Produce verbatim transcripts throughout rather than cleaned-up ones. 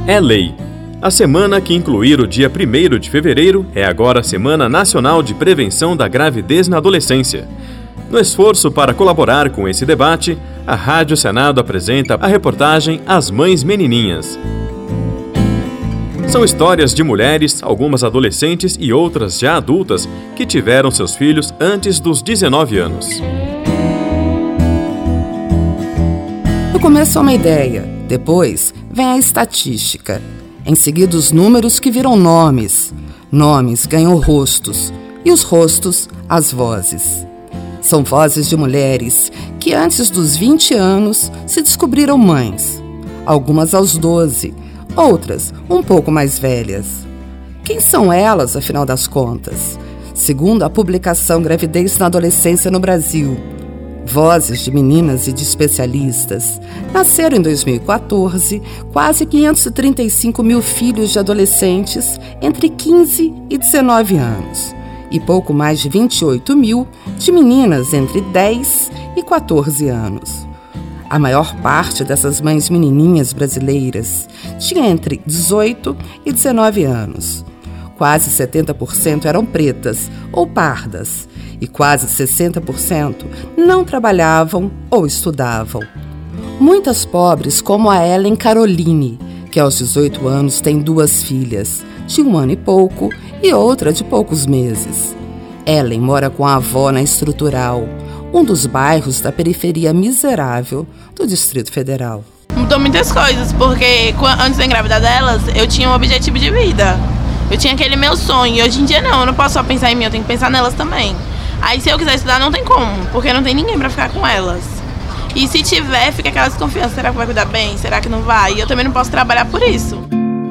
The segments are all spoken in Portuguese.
é lei. A semana que incluir o dia primeiro de fevereiro é agora a Semana Nacional de Prevenção da Gravidez na Adolescência. No esforço para colaborar com esse debate, a Rádio Senado apresenta a reportagem As Mães Menininhas. São histórias de mulheres, algumas adolescentes e outras já adultas, que tiveram seus filhos antes dos dezenove anos. No começo é uma ideia, depois vem a estatística. Em seguida, os números que viram nomes. Nomes ganham rostos e os rostos, as vozes. São vozes de mulheres que antes dos vinte anos se descobriram mães. Algumas aos doze, outras um pouco mais velhas. Quem são elas, afinal das contas? Segundo a publicação Gravidez na Adolescência no Brasil, vozes de meninas e de especialistas, nasceram em dois mil e quatorze quase quinhentos e trinta e cinco mil filhos de adolescentes entre quinze e dezenove anos e pouco mais de vinte e oito mil de meninas entre dez e quatorze anos. A maior parte dessas mães menininhas brasileiras tinha entre dezoito e dezenove anos. Quase setenta por cento eram pretas ou pardas e quase sessenta por cento não trabalhavam ou estudavam. Muitas pobres, como a Ellen Caroline, que aos dezoito anos tem duas filhas, de um ano e pouco e outra de poucos meses. Ellen mora com a avó na Estrutural, um dos bairros da periferia miserável do Distrito Federal. Mudou muitas coisas, porque antes da engravidar delas, eu tinha um objetivo de vida. Eu tinha aquele meu sonho, e hoje em dia não, eu não posso só pensar em mim, eu tenho que pensar nelas também. Aí se eu quiser estudar, não tem como, porque não tem ninguém pra ficar com elas. E se tiver, fica aquela desconfiança, será que vai cuidar bem? Será que não vai? E eu também não posso trabalhar por isso.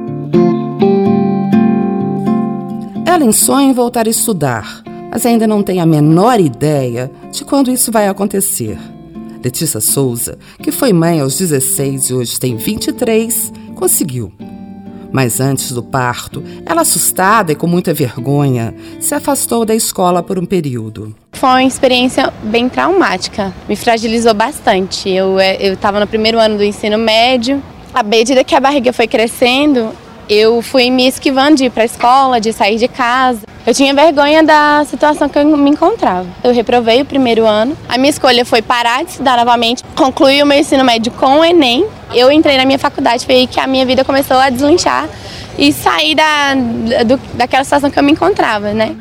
Ellen sonha em voltar a estudar, mas ainda não tem a menor ideia de quando isso vai acontecer. Letícia Souza, que foi mãe aos dezesseis e hoje tem vinte e três, conseguiu. Mas antes do parto, ela, assustada e com muita vergonha, se afastou da escola por um período. Foi uma experiência bem traumática, me fragilizou bastante. Eu estava no primeiro ano do ensino médio, à medida que a barriga foi crescendo, eu fui me esquivando de ir para a escola, de sair de casa. Eu tinha vergonha da situação que eu me encontrava. Eu reprovei o primeiro ano. A minha escolha foi parar de estudar novamente, concluir o meu ensino médio com o Enem. Eu entrei na minha faculdade, foi aí que a minha vida começou a deslanchar e sair da, do, daquela situação que eu me encontrava, né?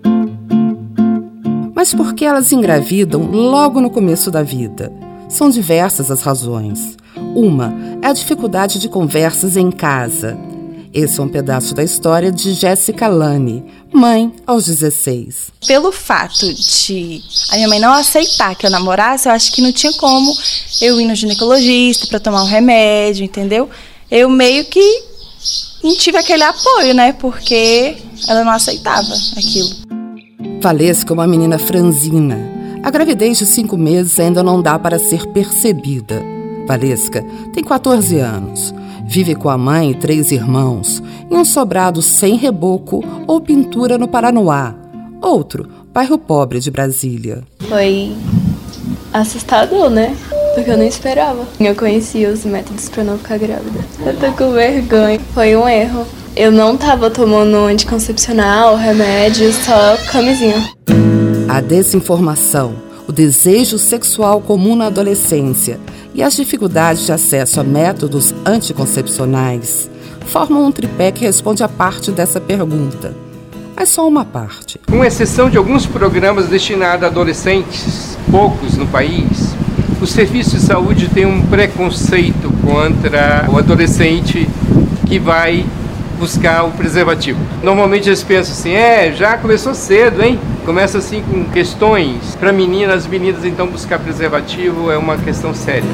Mas por que elas engravidam logo no começo da vida? São diversas as razões. Uma é a dificuldade de conversas em casa. Esse é um pedaço da história de Jéssica Lane, mãe aos dezesseis. Pelo fato de a minha mãe não aceitar que eu namorasse, eu acho que não tinha como eu ir no ginecologista para tomar um remédio, entendeu? Eu meio que não tive aquele apoio, né? Porque ela não aceitava aquilo. Valesca é uma menina franzina. A gravidez de cinco meses ainda não dá para ser percebida. Valesca tem quatorze anos. Vive com a mãe e três irmãos em um sobrado sem reboco ou pintura no Paranoá, outro bairro pobre de Brasília. Foi assustador, né? Porque eu não esperava. Eu conhecia os métodos para não ficar grávida. Eu tô com vergonha. Foi um erro. Eu não tava tomando anticoncepcional, remédio, só camisinha. A desinformação, o desejo sexual comum na adolescência e as dificuldades de acesso a métodos anticoncepcionais formam um tripé que responde a parte dessa pergunta, mas só uma parte. Com exceção de alguns programas destinados a adolescentes, poucos no país, os serviços de saúde têm um preconceito contra o adolescente que vai buscar o preservativo. Normalmente eles pensam assim, é, já começou cedo, hein? Começa assim com questões para meninas, as meninas então buscar preservativo é uma questão séria.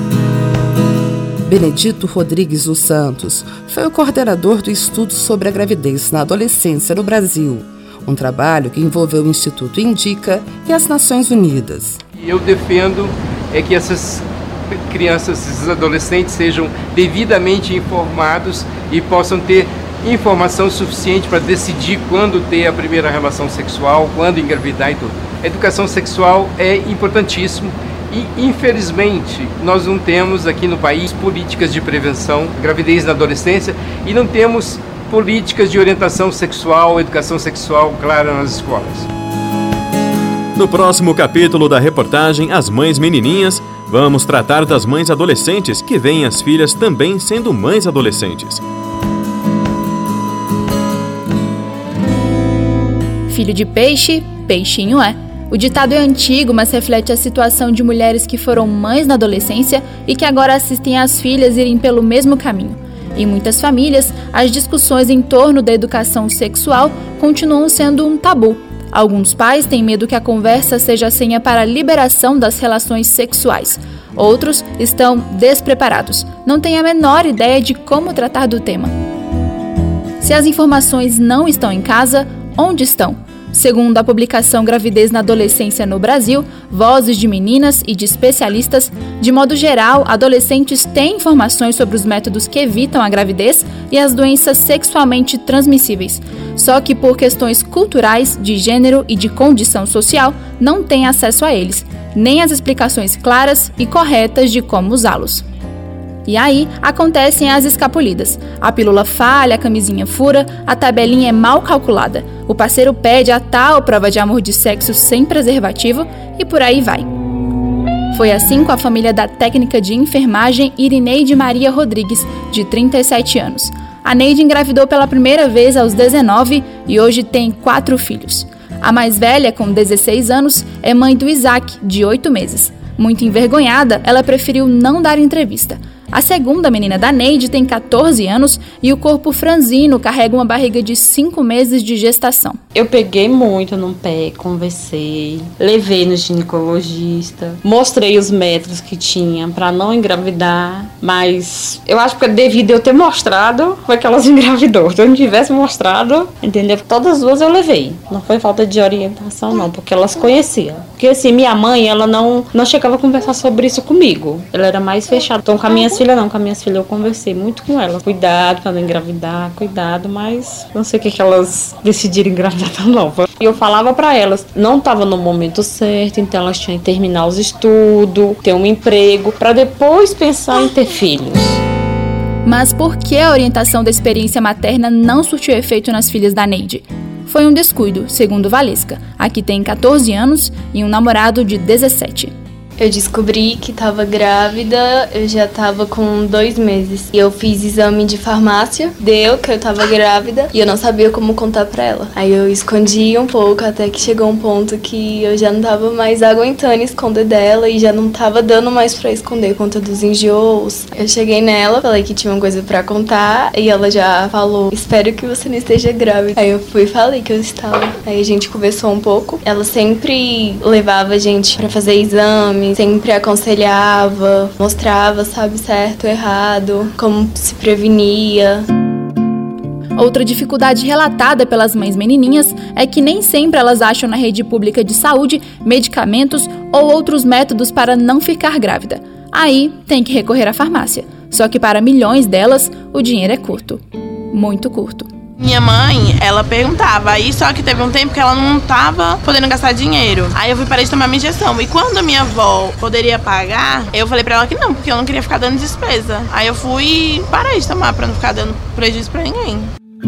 Benedito Rodrigues dos Santos foi o coordenador do estudo sobre a gravidez na adolescência no Brasil, um trabalho que envolveu o Instituto Indica e as Nações Unidas. Eu defendo é que essas crianças, esses adolescentes sejam devidamente informados e possam ter informação suficiente para decidir quando ter a primeira relação sexual, quando engravidar e tudo. A educação sexual é importantíssimo E, infelizmente, nós não temos aqui no país políticas de prevenção, gravidez na adolescência, e não temos políticas de orientação sexual, educação sexual clara nas escolas. No próximo capítulo da reportagem As Mães Menininhas, vamos tratar das mães adolescentes que veem as filhas também sendo mães adolescentes. Filho de peixe, peixinho é. O ditado é antigo, mas reflete a situação de mulheres que foram mães na adolescência e que agora assistem às filhas irem pelo mesmo caminho. Em muitas famílias, as discussões em torno da educação sexual continuam sendo um tabu. Alguns pais têm medo que a conversa seja a senha para a liberação das relações sexuais. Outros estão despreparados, não têm a menor ideia de como tratar do tema. Se as informações não estão em casa, onde estão? Segundo a publicação Gravidez na Adolescência no Brasil, Vozes de Meninas e de Especialistas, de modo geral, adolescentes têm informações sobre os métodos que evitam a gravidez e as doenças sexualmente transmissíveis. Só que por questões culturais, de gênero e de condição social, não têm acesso a eles, nem as explicações claras e corretas de como usá-los. E aí acontecem as escapulidas. A pílula falha, a camisinha fura, a tabelinha é mal calculada, o parceiro pede a tal prova de amor de sexo sem preservativo e por aí vai. Foi assim com a família da técnica de enfermagem Irineide Maria Rodrigues, de trinta e sete anos. A Neide engravidou pela primeira vez aos dezenove e hoje tem quatro filhos. A mais velha, com dezesseis anos, é mãe do Isaac, de oito meses. Muito envergonhada, ela preferiu não dar entrevista. A segunda menina da Neide tem catorze anos e o corpo franzino carrega uma barriga de cinco meses de gestação. Eu peguei muito no pé, conversei, levei no ginecologista, mostrei os métodos que tinha para não engravidar, mas eu acho que devido eu ter mostrado, foi que elas engravidou. Se eu não tivesse mostrado, entendeu? Todas as duas eu levei. Não foi falta de orientação não, porque elas conheciam. Porque assim, minha mãe, ela não, não chegava a conversar sobre isso comigo. Ela era mais fechada. Então com a minha filha não, com as minhas filhas eu conversei muito com elas. Cuidado pra não engravidar, cuidado, mas não sei o que, que elas decidiram engravidar não. E eu falava pra elas, não tava no momento certo, então elas tinham que terminar os estudos, ter um emprego, pra depois pensar em ter filhos. Mas por que a orientação da experiência materna não surtiu efeito nas filhas da Neide? Foi um descuido, segundo Valesca, a que tem catorze anos e um namorado de dezessete. Eu descobri que estava grávida, eu já estava com dois meses. E eu fiz exame de farmácia, deu que eu estava grávida e eu não sabia como contar pra ela. Aí eu escondi um pouco até que chegou um ponto que eu já não estava mais aguentando esconder dela e já não estava dando mais pra esconder conta dos enjoos. Eu cheguei nela, falei que tinha uma coisa pra contar e ela já falou, espero que você não esteja grávida. Aí eu fui e falei que eu estava. Aí a gente conversou um pouco. Ela sempre levava a gente pra fazer exame, sempre aconselhava, mostrava, sabe, certo, errado, como se prevenia. Outra dificuldade relatada pelas mães menininhas é que nem sempre elas acham na rede pública de saúde medicamentos ou outros métodos para não ficar grávida. Aí tem que recorrer à farmácia. Só que para milhões delas, o dinheiro é curto. Muito curto. Minha mãe, ela perguntava, aí só que teve um tempo que ela não tava podendo gastar dinheiro. Aí eu fui parar de tomar minha injeção. E quando a minha avó poderia pagar, eu falei pra ela que não, porque eu não queria ficar dando despesa. Aí eu fui e parei de tomar pra não ficar dando prejuízo pra ninguém.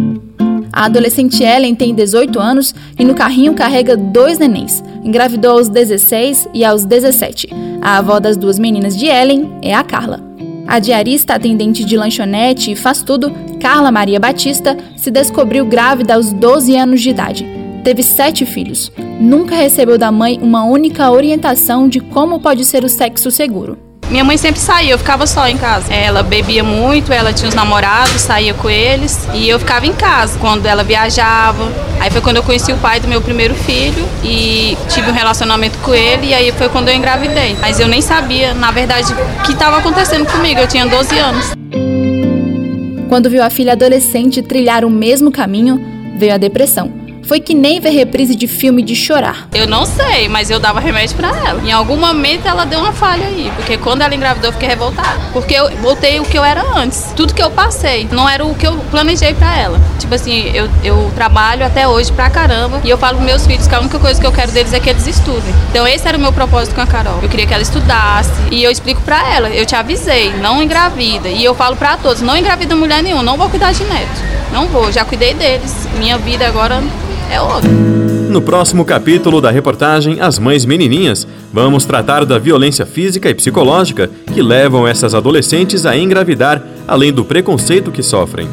A adolescente Ellen tem dezoito anos e no carrinho carrega dois nenéns. Engravidou aos dezesseis e aos dezessete. A avó das duas meninas de Ellen é a Carla. A diarista, atendente de lanchonete e faz tudo, Carla Maria Batista, se descobriu grávida aos doze anos de idade. Teve sete filhos. Nunca recebeu da mãe uma única orientação de como pode ser o sexo seguro. Minha mãe sempre saía, eu ficava só em casa. Ela bebia muito, ela tinha os namorados, saía com eles e eu ficava em casa quando ela viajava. Aí foi quando eu conheci o pai do meu primeiro filho e tive um relacionamento com ele e aí foi quando eu engravidei. Mas eu nem sabia, na verdade, o que estava acontecendo comigo, eu tinha doze anos. Quando viu a filha adolescente trilhar o mesmo caminho, veio a depressão. Foi que nem ver reprise de filme de chorar. Eu não sei, mas eu dava remédio pra ela. Em algum momento ela deu uma falha aí, porque quando ela engravidou eu fiquei revoltada. Porque eu voltei o que eu era antes. Tudo que eu passei não era o que eu planejei pra ela. Tipo assim, eu, eu trabalho até hoje pra caramba e eu falo pros meus filhos que a única coisa que eu quero deles é que eles estudem. Então esse era o meu propósito com a Carol. Eu queria que ela estudasse e eu explico pra ela, eu te avisei, não engravida. E eu falo pra todos, não engravida mulher nenhuma, não vou cuidar de neto. Não vou, já cuidei deles. Minha vida agora é outra. No próximo capítulo da reportagem As Mães Menininhas, vamos tratar da violência física e psicológica que levam essas adolescentes a engravidar, além do preconceito que sofrem.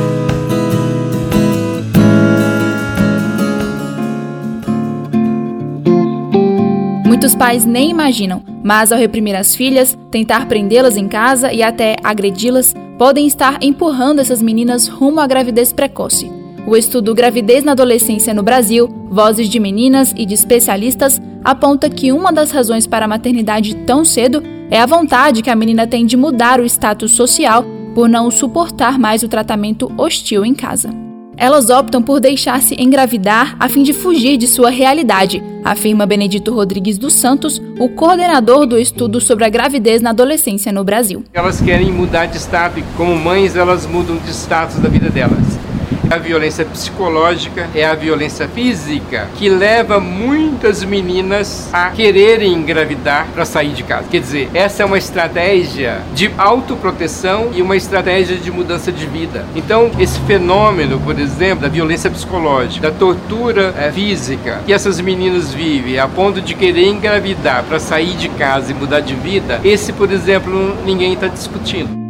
Muitos pais nem imaginam, mas ao reprimir as filhas, tentar prendê-las em casa e até agredi-las, podem estar empurrando essas meninas rumo à gravidez precoce. O estudo Gravidez na Adolescência no Brasil, Vozes de Meninas e de Especialistas, aponta que uma das razões para a maternidade tão cedo é a vontade que a menina tem de mudar o status social por não suportar mais o tratamento hostil em casa. Elas optam por deixar-se engravidar a fim de fugir de sua realidade, afirma Benedito Rodrigues dos Santos, o coordenador do estudo sobre a gravidez na adolescência no Brasil. Elas querem mudar de status, como mães elas mudam de status da vida delas. A violência psicológica é a violência física que leva muitas meninas a quererem engravidar para sair de casa. Quer dizer, essa é uma estratégia de autoproteção e uma estratégia de mudança de vida. Então, esse fenômeno, por exemplo, da violência psicológica, da tortura é, física que essas meninas vivem a ponto de querer engravidar para sair de casa e mudar de vida, esse, por exemplo, ninguém está discutindo.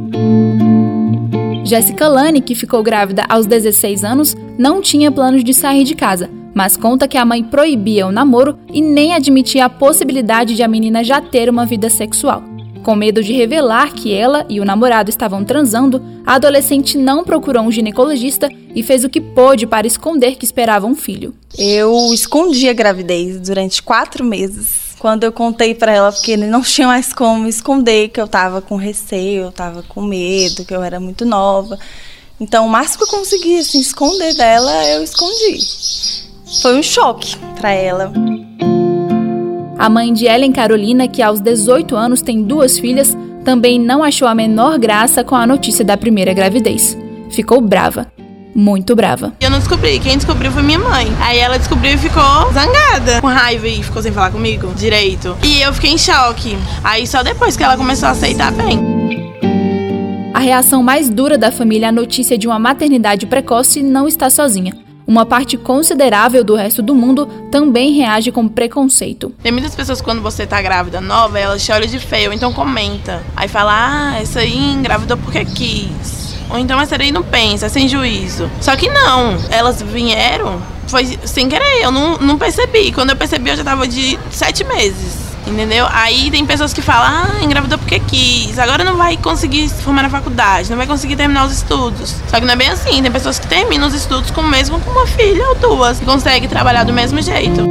Jéssica Lane, que ficou grávida aos dezesseis anos, não tinha planos de sair de casa, mas conta que a mãe proibia o namoro e nem admitia a possibilidade de a menina já ter uma vida sexual. Com medo de revelar que ela e o namorado estavam transando, a adolescente não procurou um ginecologista e fez o que pôde para esconder que esperava um filho. Eu escondi a gravidez durante quatro meses. Quando eu contei pra ela, porque não tinha mais como esconder, que eu tava com receio, eu tava com medo, que eu era muito nova. Então, o máximo que eu conseguia assim, esconder dela, eu escondi. Foi um choque pra ela. A mãe de Ellen Carolina, que aos dezoito anos tem duas filhas, também não achou a menor graça com a notícia da primeira gravidez. Ficou brava. Muito brava. Eu não descobri, quem descobriu foi minha mãe. Aí ela descobriu e ficou zangada, com raiva e ficou sem falar comigo direito. E eu fiquei em choque. Aí só depois que ela começou a aceitar bem. A reação mais dura da família à notícia de uma maternidade precoce não está sozinha. Uma parte considerável do resto do mundo também reage com preconceito. Tem muitas pessoas que quando você tá grávida nova, elas te olham de feio, então comenta. Aí fala, ah, essa aí engravidou porque quis. Ou então essa daí não pensa, é sem juízo. Só que não, elas vieram, foi sem querer, eu não, não percebi. Quando eu percebi, eu já tava de sete meses, entendeu? Aí tem pessoas que falam, ah, engravidou porque quis, agora não vai conseguir se formar na faculdade, não vai conseguir terminar os estudos. Só que não é bem assim, tem pessoas que terminam os estudos com mesmo com uma filha ou duas, que conseguem trabalhar do mesmo jeito.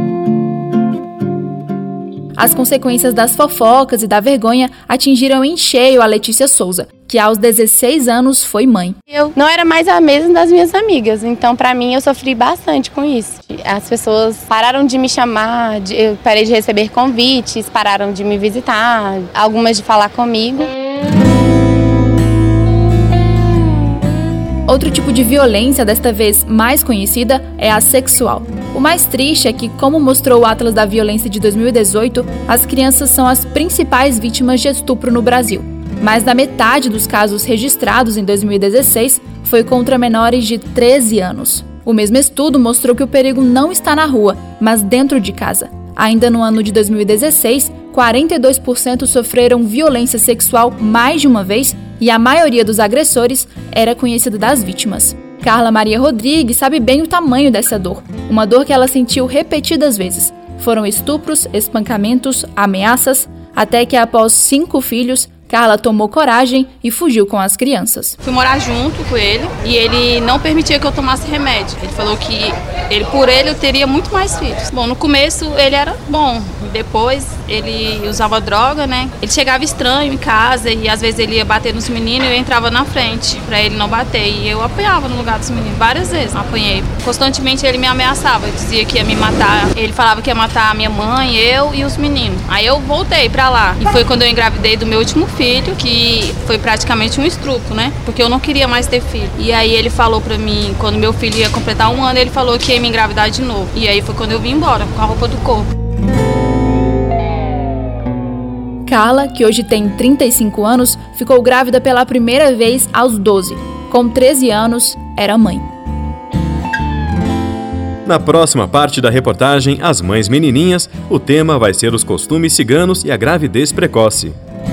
As consequências das fofocas e da vergonha atingiram em cheio a Letícia Souza, que aos dezesseis anos foi mãe. Eu não era mais a mesma das minhas amigas, então pra mim eu sofri bastante com isso. As pessoas pararam de me chamar, de, eu parei de receber convites, pararam de me visitar, algumas de falar comigo. Outro tipo de violência, desta vez mais conhecida, é a sexual. O mais triste é que, como mostrou o Atlas da Violência de dois mil e dezoito, as crianças são as principais vítimas de estupro no Brasil. Mais da metade dos casos registrados em dois mil e dezesseis foi contra menores de treze anos. O mesmo estudo mostrou que o perigo não está na rua, mas dentro de casa. Ainda no ano de dois mil e dezesseis, quarenta e dois por cento sofreram violência sexual mais de uma vez e a maioria dos agressores era conhecida das vítimas. Carla Maria Rodrigues sabe bem o tamanho dessa dor, uma dor que ela sentiu repetidas vezes. Foram estupros, espancamentos, ameaças, até que após cinco filhos, Carla tomou coragem e fugiu com as crianças. Fui morar junto com ele e ele não permitia que eu tomasse remédio. Ele falou que ele, por ele eu teria muito mais filhos. Bom, no começo ele era bom, depois ele usava droga, né? Ele chegava estranho em casa e às vezes ele ia bater nos meninos e eu entrava na frente pra ele não bater. E eu apanhava no lugar dos meninos, várias vezes apanhei. Constantemente ele me ameaçava, dizia que ia me matar. Ele falava que ia matar a minha mãe, eu e os meninos. Aí eu voltei pra lá. E foi quando eu engravidei do meu último filho, que foi praticamente um estupro, né? Porque eu não queria mais ter filho. E aí ele falou pra mim, quando meu filho ia completar um ano, ele falou que ia me engravidar de novo. E aí foi quando eu vim embora, com a roupa do corpo. Carla, que hoje tem trinta e cinco anos, ficou grávida pela primeira vez aos doze. Com treze anos, era mãe. Na próxima parte da reportagem As Mães Menininhas, o tema vai ser os costumes ciganos e a gravidez precoce.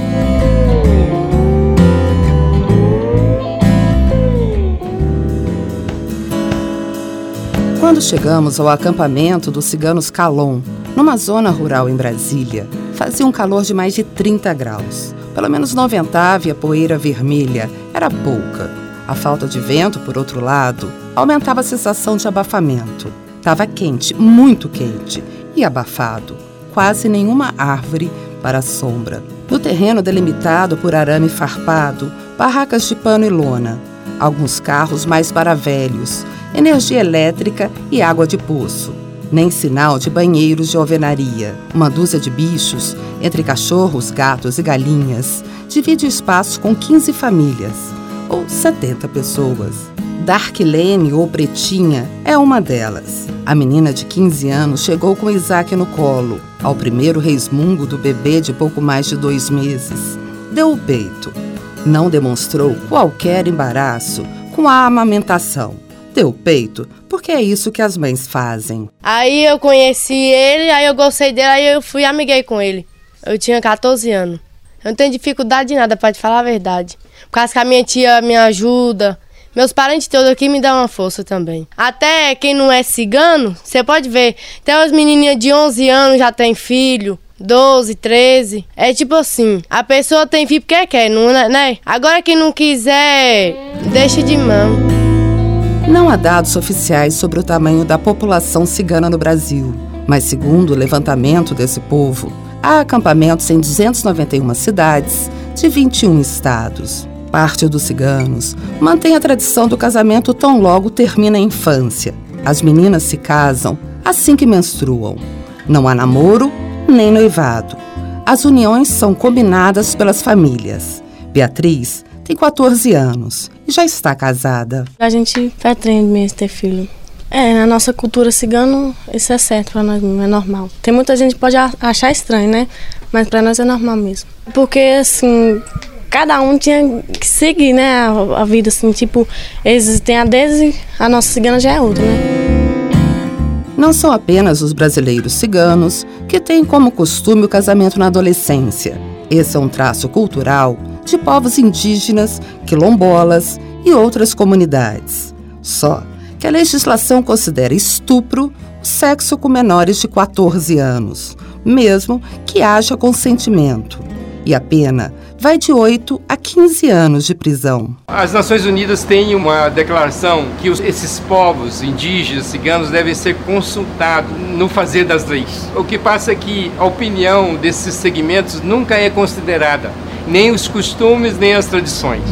Quando chegamos ao acampamento dos ciganos Calon, numa zona rural em Brasília, fazia um calor de mais de trinta graus. Pelo menos não ventava e a poeira vermelha era pouca. A falta de vento, por outro lado, aumentava a sensação de abafamento. Estava quente, muito quente e abafado. Quase nenhuma árvore para a sombra. No terreno delimitado por arame farpado, barracas de pano e lona. Alguns carros mais para velhos, energia elétrica e água de poço. Nem sinal de banheiros de alvenaria. Uma dúzia de bichos, entre cachorros, gatos e galinhas, divide o espaço com quinze famílias, ou setenta pessoas. Darklene, ou Pretinha, é uma delas. A menina de quinze anos chegou com Isaac no colo, ao primeiro resmungo do bebê de pouco mais de dois meses. Deu o peito. Não demonstrou qualquer embaraço com a amamentação. Deu peito, porque é isso que as mães fazem. Aí eu conheci ele, aí eu gostei dele, aí eu fui e amiguei com ele. Eu tinha catorze anos. Eu não tenho dificuldade de nada, pra te falar a verdade. Por causa que a minha tia me ajuda. Meus parentes todos aqui me dão uma força também. Até quem não é cigano, você pode ver. Até as menininhas de onze anos já tem filho. doze, treze. É tipo assim, a pessoa tem filho porque quer, não, né? Agora quem não quiser, deixa de mão. Não há dados oficiais sobre o tamanho da população cigana no Brasil, mas segundo o levantamento desse povo, há acampamentos em duzentas e noventa e uma cidades de vinte e um estados. Parte dos ciganos mantém a tradição do casamento tão logo termina a infância. As meninas se casam assim que menstruam. Não há namoro nem noivado. As uniões são combinadas pelas famílias. Beatriz tem quatorze anos e já está casada. A gente pretende mesmo ter filho. É, na nossa cultura cigana, isso é certo pra nós mesmo, é normal. Tem muita gente que pode achar estranho, né? Mas pra nós é normal mesmo. Porque, assim, cada um tinha que seguir, né? A, a vida, assim, tipo, eles têm a deles e a nossa cigana já é outra, né? Não são apenas os brasileiros ciganos que têm como costume o casamento na adolescência. Esse é um traço cultural de povos indígenas, quilombolas e outras comunidades. Só que a legislação considera estupro o sexo com menores de quatorze anos, mesmo que haja consentimento. E a pena vai de oito a quinze anos de prisão. As Nações Unidas têm uma declaração que os, esses povos indígenas, ciganos, devem ser consultados no fazer das leis. O que passa é que a opinião desses segmentos nunca é considerada, nem os costumes, nem as tradições.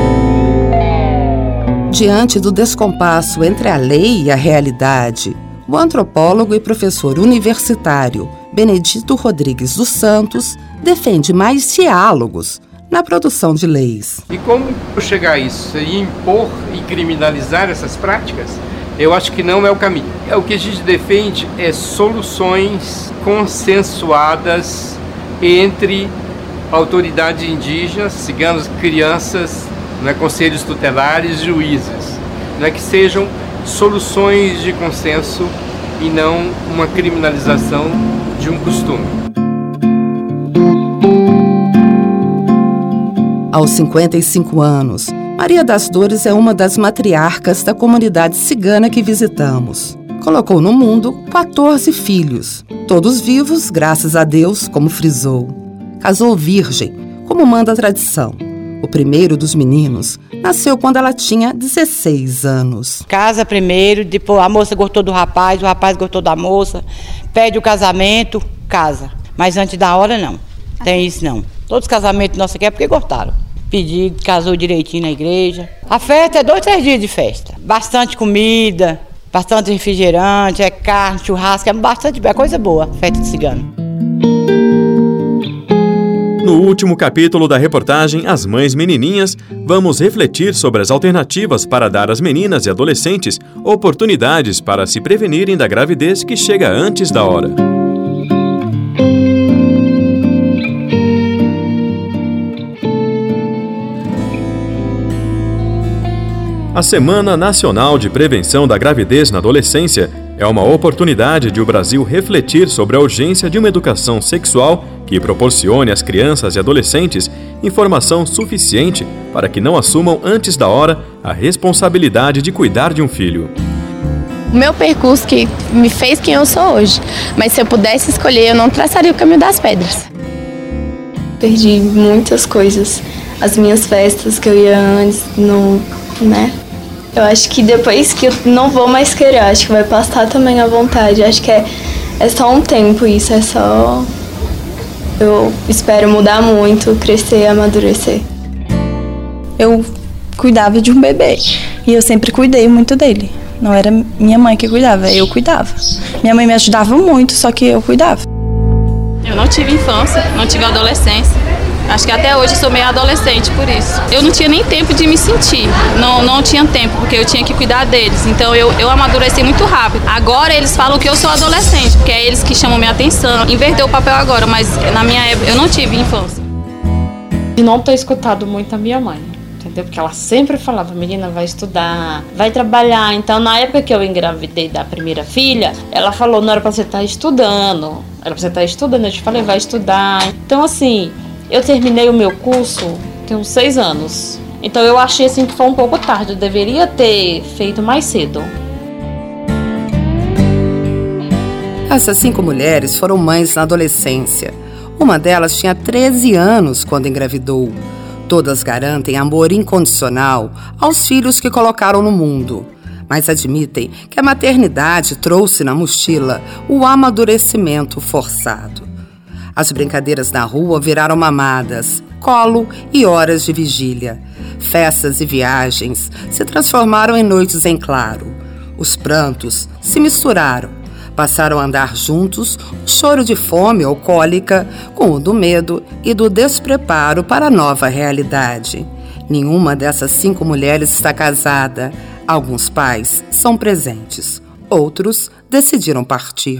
Diante do descompasso entre a lei e a realidade, o antropólogo e professor universitário Benedito Rodrigues dos Santos defende mais diálogos na produção de leis. E como chegar a isso? Seria impor e criminalizar essas práticas? Eu acho que não é o caminho. O que a gente defende é soluções consensuadas entre autoridades indígenas, ciganos, crianças, né, conselhos tutelares, juízes, né, que sejam soluções de consenso e não uma criminalização de um costume. Aos cinquenta e cinco anos, Maria das Dores é uma das matriarcas da comunidade cigana que visitamos. Colocou no mundo quatorze filhos, todos vivos, graças a Deus, como frisou. Casou virgem, como manda a tradição. O primeiro dos meninos nasceu quando ela tinha dezesseis anos. Casa primeiro, depois a moça gostou do rapaz, o rapaz gostou da moça, pede o casamento, casa. Mas antes da hora, não. Tem isso, não. Todos os casamentos nossos aqui é porque gostaram. Pedi, casou direitinho na igreja. A festa é dois, três dias de festa. Bastante comida, bastante refrigerante, é carne, churrasco, é bastante, é coisa boa, festa de cigano. No último capítulo da reportagem As Mães Menininhas, vamos refletir sobre as alternativas para dar às meninas e adolescentes oportunidades para se prevenirem da gravidez que chega antes da hora. A Semana Nacional de Prevenção da Gravidez na Adolescência é uma oportunidade de o Brasil refletir sobre a urgência de uma educação sexual que proporcione às crianças e adolescentes informação suficiente para que não assumam antes da hora a responsabilidade de cuidar de um filho. O meu percurso que me fez quem eu sou hoje, mas se eu pudesse escolher, eu não traçaria o caminho das pedras. Perdi muitas coisas, as minhas festas que eu ia antes, não, né? Eu acho que depois que eu não vou mais querer, acho que vai passar também a vontade. Acho que é, é só um tempo isso, é só... Eu espero mudar muito, crescer, amadurecer. Eu cuidava de um bebê e eu sempre cuidei muito dele. Não era minha mãe que cuidava, eu cuidava. Minha mãe me ajudava muito, só que eu cuidava. Eu não tive infância, não tive adolescência. Acho que até hoje eu sou meio adolescente por isso. Eu não tinha nem tempo de me sentir, não, não tinha tempo, porque eu tinha que cuidar deles. Então eu, eu amadureci muito rápido. Agora eles falam que eu sou adolescente, porque é eles que chamam minha atenção. Inverteu o papel agora, mas na minha época eu não tive infância. De não ter escutado muito a minha mãe, entendeu? Porque ela sempre falava, menina, vai estudar, vai trabalhar. Então na época que eu engravidei da primeira filha, ela falou, não era pra você estar estudando, era pra você estar estudando. Eu te falei, vai estudar. Então assim... Eu terminei o meu curso tem uns seis anos. Então eu achei assim que foi um pouco tarde. Eu deveria ter feito mais cedo. Essas cinco mulheres foram mães na adolescência. Uma delas tinha treze anos quando engravidou. Todas garantem amor incondicional aos filhos que colocaram no mundo. Mas admitem que a maternidade trouxe na mochila o amadurecimento forçado. As brincadeiras na rua viraram mamadas, colo e horas de vigília. Festas e viagens se transformaram em noites em claro. Os prantos se misturaram. Passaram a andar juntos o choro de fome ou cólica com o do medo e do despreparo para a nova realidade. Nenhuma dessas cinco mulheres está casada. Alguns pais são presentes. Outros decidiram partir.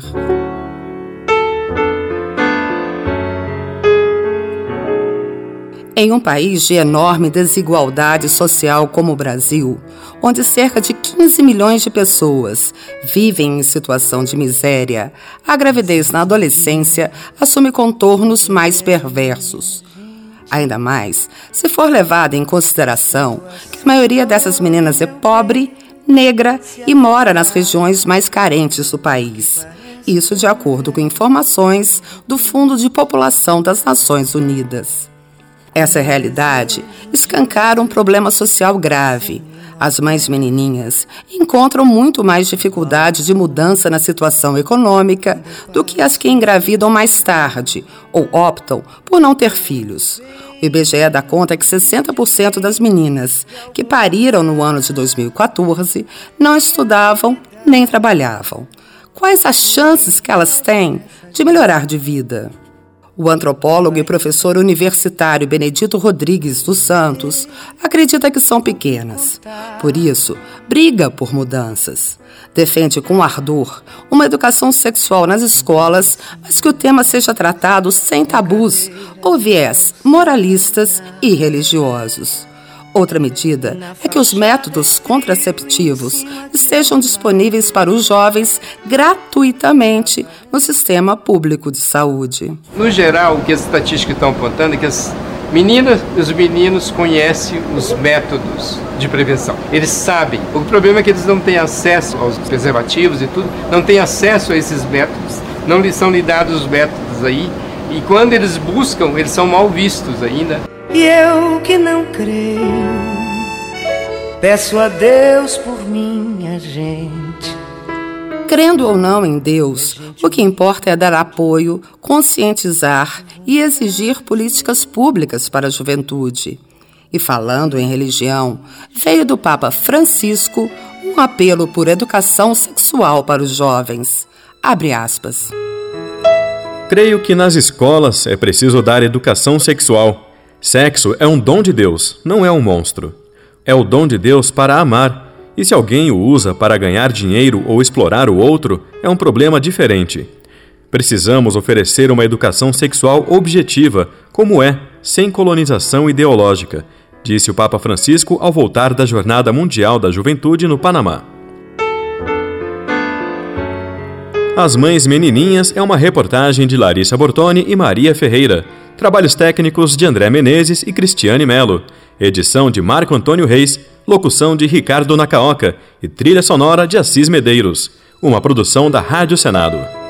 Em um país de enorme desigualdade social como o Brasil, onde cerca de quinze milhões de pessoas vivem em situação de miséria, a gravidez na adolescência assume contornos mais perversos. Ainda mais se for levada em consideração que a maioria dessas meninas é pobre, negra e mora nas regiões mais carentes do país. Isso de acordo com informações do Fundo de População das Nações Unidas. Essa realidade escancara um problema social grave. As mães menininhas encontram muito mais dificuldade de mudança na situação econômica do que as que engravidam mais tarde ou optam por não ter filhos. O I B G E dá conta que sessenta por cento das meninas que pariram no ano de dois mil e quatorze não estudavam nem trabalhavam. Quais as chances que elas têm de melhorar de vida? O antropólogo e professor universitário Benedito Rodrigues dos Santos acredita que são pequenas. Por isso, briga por mudanças. Defende com ardor uma educação sexual nas escolas, mas que o tema seja tratado sem tabus ou viés moralistas e religiosos. Outra medida é que os métodos contraceptivos estejam disponíveis para os jovens gratuitamente no sistema público de saúde. No geral, o que as estatísticas estão apontando é que as meninas e os meninos conhecem os métodos de prevenção. Eles sabem. O problema é que eles não têm acesso aos preservativos e tudo, não têm acesso a esses métodos, não lhes são lhe dados os métodos aí, e quando eles buscam, eles são mal vistos ainda. E eu que não creio, peço a Deus por minha gente. Crendo ou não em Deus, O que importa é dar apoio, conscientizar e exigir políticas públicas para a juventude. E falando em religião, veio do Papa Francisco um apelo por educação sexual para os jovens. Abre aspas. Creio que nas escolas é preciso dar educação sexual. Sexo é um dom de Deus, não é um monstro. É o dom de Deus para amar, e se alguém o usa para ganhar dinheiro ou explorar o outro, é um problema diferente. Precisamos oferecer uma educação sexual objetiva, como é, sem colonização ideológica, disse o Papa Francisco ao voltar da Jornada Mundial da Juventude no Panamá. As Mães Menininhas é uma reportagem de Larissa Bortoni e Maria Ferreira. Trabalhos técnicos de André Menezes e Cristiane Melo. Edição de Marco Antônio Reis. Locução de Ricardo Nakaoka. E trilha sonora de Assis Medeiros. Uma produção da Rádio Senado.